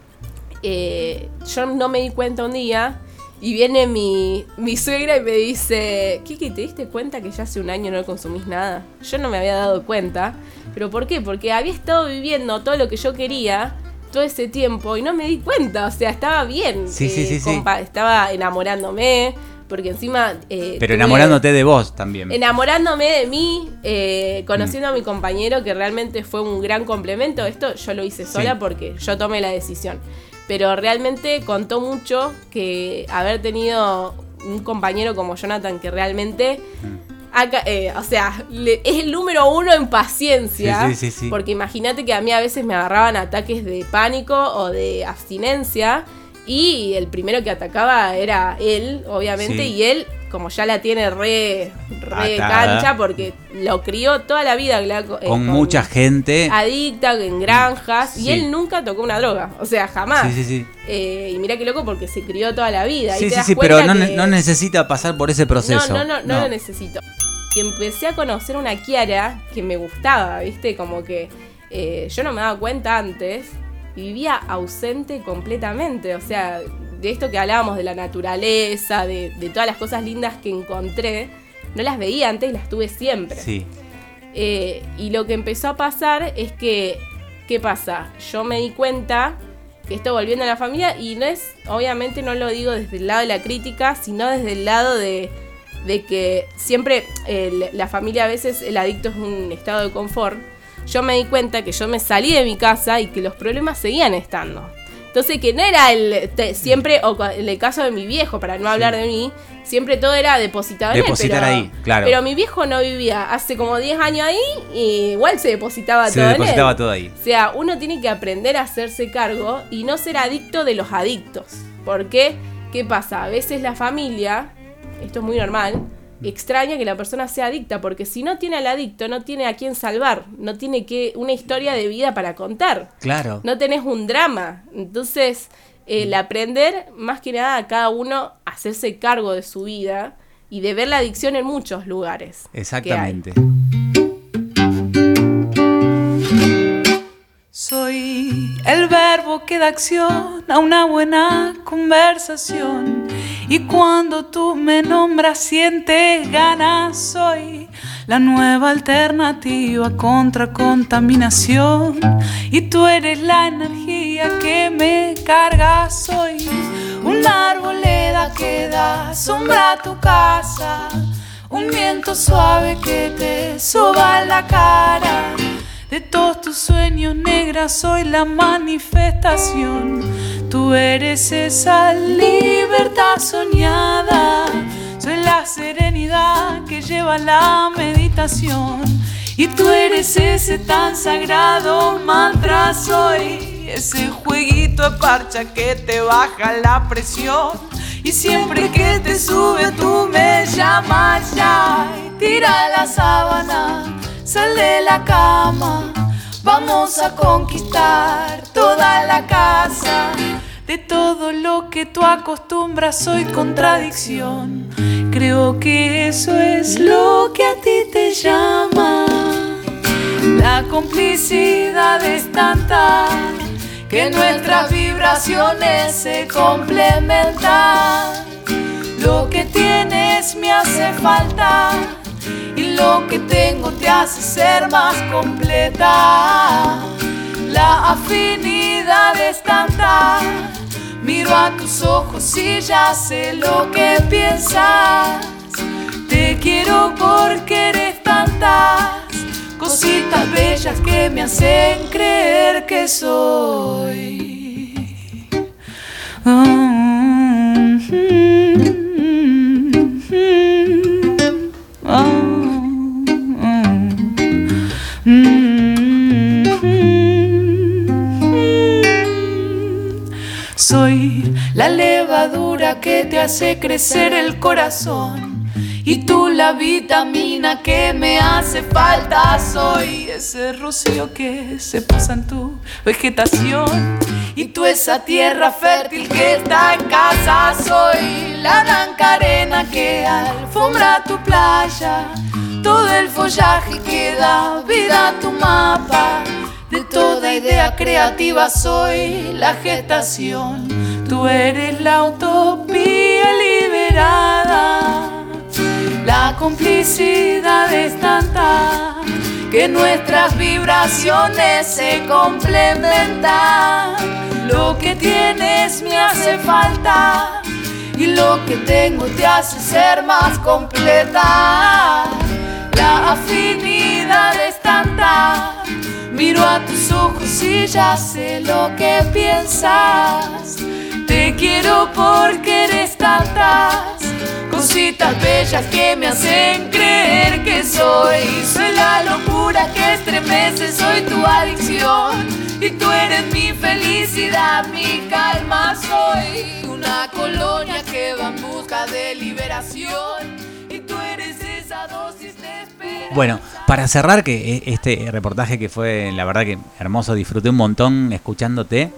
eh, yo no me di cuenta un día y viene mi, mi suegra y me dice, Kiki, ¿te diste cuenta que ya hace un año no consumís nada? Yo no me había dado cuenta. ¿Pero por qué? Porque había estado viviendo todo lo que yo quería todo ese tiempo y no me di cuenta. O sea, estaba bien. Sí, eh, sí, sí, compa- sí. Estaba enamorándome. Porque encima... Eh, Pero enamorándote de vos también. Enamorándome de mí, eh, conociendo mm. a mi compañero, que realmente fue un gran complemento. Esto yo lo hice sola sí. porque yo tomé la decisión. Pero realmente contó mucho que haber tenido un compañero como Jonathan, que realmente... Mm. Acá, eh, o sea, le, es el número uno en paciencia. Sí, sí, sí, sí. Porque imagínate que a mí a veces me agarraban ataques de pánico o de abstinencia... Y el primero que atacaba era él, obviamente, sí. y él, como ya la tiene re, re cancha, porque lo crió toda la vida eh, con, con mucha gente adicta, en granjas, sí. y él nunca tocó una droga, o sea, jamás. Sí, sí, sí. Eh, y mirá qué loco, porque se crió toda la vida. Sí, y te sí, das sí, pero no, que... no necesita pasar por ese proceso. No, no, no, no, no lo necesito. Y empecé a conocer una Kiara que me gustaba, ¿viste? Como que eh, yo no me daba cuenta antes. Vivía ausente completamente, o sea, de esto que hablábamos de la naturaleza, de, de todas las cosas lindas que encontré, no las veía antes y las tuve siempre. Sí. Eh, y lo que empezó a pasar es que, ¿qué pasa? Yo me di cuenta que esto volviendo a la familia, y no es, obviamente no lo digo desde el lado de la crítica, sino desde el lado de, de que siempre eh, la familia a veces, el adicto es un estado de confort. Yo me di cuenta que yo me salí de mi casa y que los problemas seguían estando. Entonces, que no era el te, siempre, o en el caso de mi viejo, para no hablar de mí, siempre todo era depositado en él. Depositar pero, ahí, claro. Pero mi viejo no vivía hace como diez años ahí y igual se depositaba se todo depositaba en él. todo ahí. O sea, uno tiene que aprender a hacerse cargo y no ser adicto de los adictos. Porque, ¿qué pasa? A veces la familia, esto es muy normal, extraña que la persona sea adicta, porque si no tiene al adicto, no tiene a quién salvar, no tiene que una historia de vida para contar. Claro. No tenés un drama. Entonces, el aprender, más que nada, a cada uno hacerse cargo de su vida y de ver la adicción en muchos lugares. Exactamente. Soy el verbo que da acción a una buena conversación. Y cuando tú me nombras sientes ganas. Soy la nueva alternativa contra contaminación. Y tú eres la energía que me carga. Soy una arboleda que da sombra a tu casa. Un viento suave que te soba la cara. De todos tus sueños negras soy la manifestación. Tú eres esa libertad soñada. Soy la serenidad que lleva la meditación. Y tú eres ese tan sagrado mantra. Soy ese jueguito de parcha que te baja la presión. Y siempre que te sube tú me llamas ya. Y tira la sábana, sal de la cama, vamos a conquistar toda la casa. De todo lo que tú acostumbras soy contradicción. creo que eso es lo que a ti te llama. La complicidad es tanta que nuestras vibraciones se complementan. Lo que tienes me hace falta y lo que tengo te hace ser más completa. La afinidad es tanta, miro a tus ojos y ya sé lo que piensas. Te quiero porque eres tantas cositas bellas que me hacen creer que soy. Oh, mm, oh, mm, soy la levadura que te hace crecer el corazón. Y tú la vitamina que me hace falta. Soy ese rocío que se posa en tu vegetación. Y tú esa tierra fértil que está en casa. Soy la blanca arena que alfombra tu playa. Todo el follaje que da vida a tu mapa. De toda idea creativa soy la gestación. Tú eres la utopía liberada. La complicidad es tanta que nuestras vibraciones se complementan. Lo que tienes me hace falta y lo que tengo te hace ser más completa. La afinidad es tanta, miro a tus ojos y ya sé lo que piensas. Te quiero porque eres tantas cositas bellas que me hacen creer que soy. Soy la locura que estremece, soy tu adicción. Y tú eres mi felicidad, mi calma. Soy una colonia que va en busca de liberación. Y tú eres esa dosis de esperanza. Bueno, para cerrar, que este reportaje que fue, la verdad que hermoso, disfruté un montón escuchándote.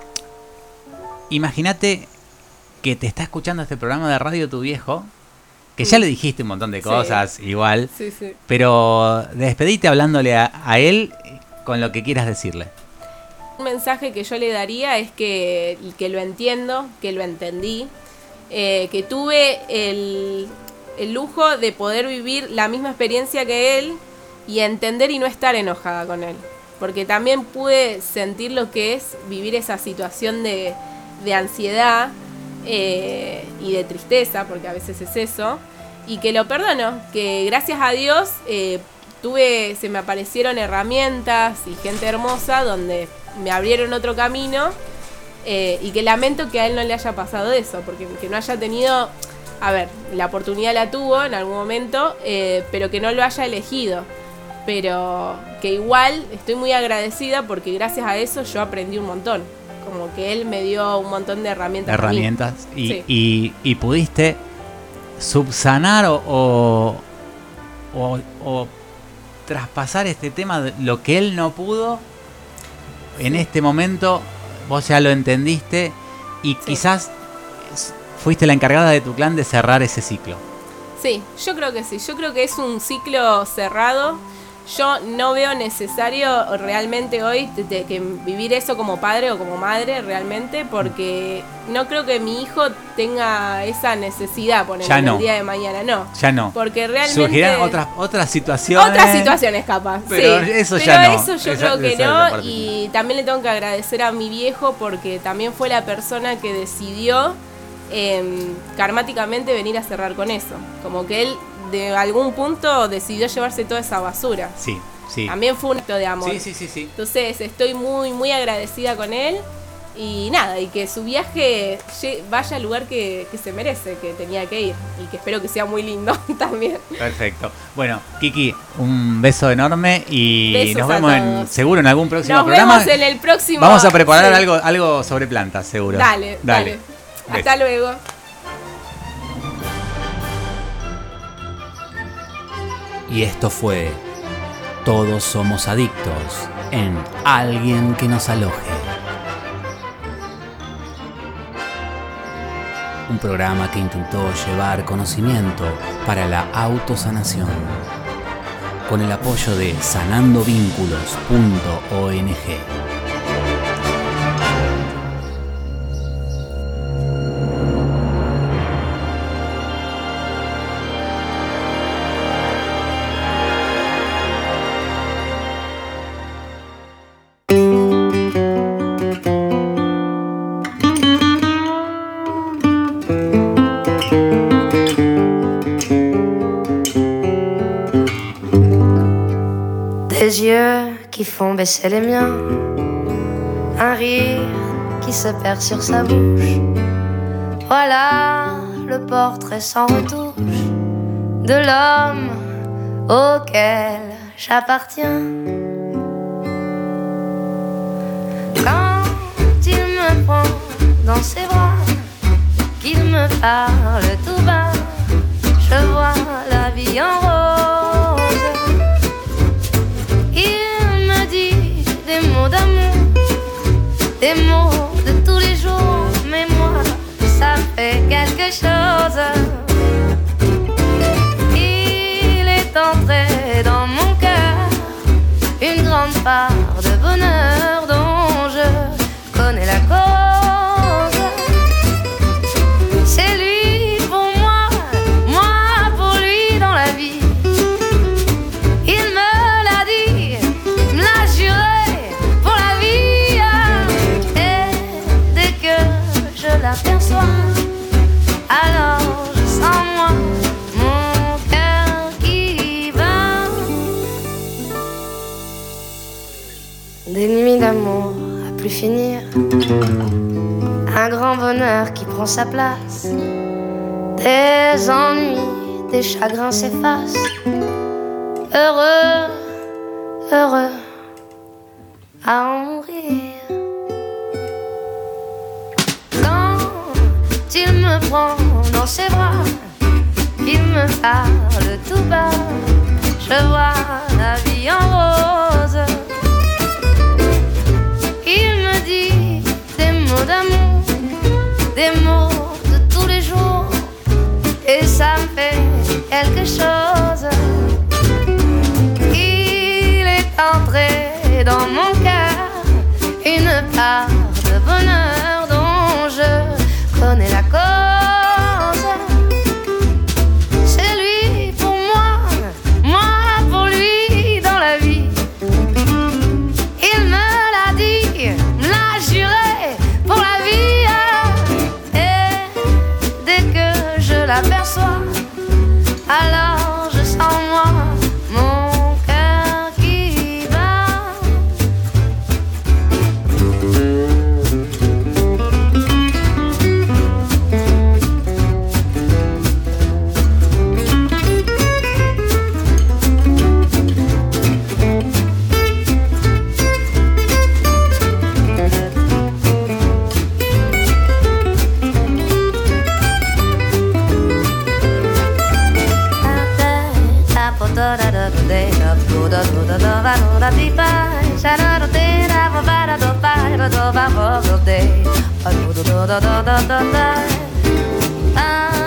Imagínate que te está escuchando este programa de radio tu viejo, que ya le dijiste un montón de cosas, sí. igual, sí, sí. pero despedite hablándole a, a él con lo que quieras decirle. Un mensaje que yo le daría es que, que lo entiendo, que lo entendí, eh, que tuve el, el lujo de poder vivir la misma experiencia que él y entender y no estar enojada con él, porque también pude sentir lo que es vivir esa situación de, de ansiedad, Eh, y de tristeza, porque a veces es eso, y que lo perdono, que gracias a Dios eh, tuve, se me aparecieron herramientas y gente hermosa donde me abrieron otro camino, eh, y que lamento que a él no le haya pasado eso, porque que no haya tenido, a ver, la oportunidad la tuvo en algún momento, eh, pero que no lo haya elegido, pero que igual estoy muy agradecida porque gracias a eso yo aprendí un montón. Como que él me dio un montón de herramientas. Herramientas. Y, sí. y, y pudiste subsanar o, o, o, o traspasar este tema de lo que él no pudo. Sí. En este momento vos ya lo entendiste y sí. quizás fuiste la encargada de tu clan de cerrar ese ciclo. Sí, yo creo que sí. Yo creo que es un ciclo cerrado. Yo no veo necesario realmente hoy de, de, que vivir eso como padre o como madre realmente, porque no creo que mi hijo tenga esa necesidad poner en no. el día de mañana, no. Ya no. Porque realmente surgirán otras otras situaciones. Otras situaciones capaz. Pero sí. eso pero ya no. eso yo esa, creo que no. Y también le tengo que agradecer a mi viejo porque también fue la persona que decidió eh, karmáticamente venir a cerrar con eso. Como que él de algún punto decidió llevarse toda esa basura. Sí, sí. También fue un acto de amor. Sí, sí, sí, sí. Entonces estoy muy, muy agradecida con él. Y nada, y que su viaje vaya al lugar que, que se merece, que tenía que ir. Y que espero que sea muy lindo también. Perfecto. Bueno, Kiki, un beso enorme y Besos nos vemos en, seguro en algún próximo nos programa. Nos vemos en el próximo. Vamos a preparar sí. algo, algo sobre plantas, seguro. Dale, dale. dale. Hasta luego. Y esto fue Todos somos adictos en Alguien que nos aloje. un programa que intentó llevar conocimiento para la autosanación, con el apoyo de sanando vínculos punto org. Des yeux qui font baisser les miens, un rire qui se perd sur sa bouche. Voilà le portrait sans retouche de l'homme auquel j'appartiens. Quand il me prend dans ses bras, qu'il me parle tout bas, je vois la vie en rose. Il me dit des mots d'amour, des mots de tous les jours, mais moi, ça me fait quelque chose. Il est entré dans mon cœur une grande part de bonheur dont je connais la cause. C'est lui pour moi, moi pour lui dans la vie. Il me l'a dit, me l'a juré pour la vie. Et dès que je l'aperçois, alors je sens moi mon cœur qui bat. Des nuits d'amour à plus finir, un grand bonheur qui prend sa place. Des ennuis, des chagrins s'effacent. Heureux, heureux à en mourir. Quand il me prend dans ses bras, qu'il me parle tout bas, je vois la vie en rose. Il me dit des mots d'amour, des mots de tous les jours, et ça me fait quelque chose. Il est entré dans mon cœur une part de bonheur dont je connais la cause. C'est lui pour moi, moi pour lui dans la vie. Il me l'a dit, me l'a juré pour la vie. Et dès que je l'aperçois, alors je sens moi mon cœur qui bat. Ah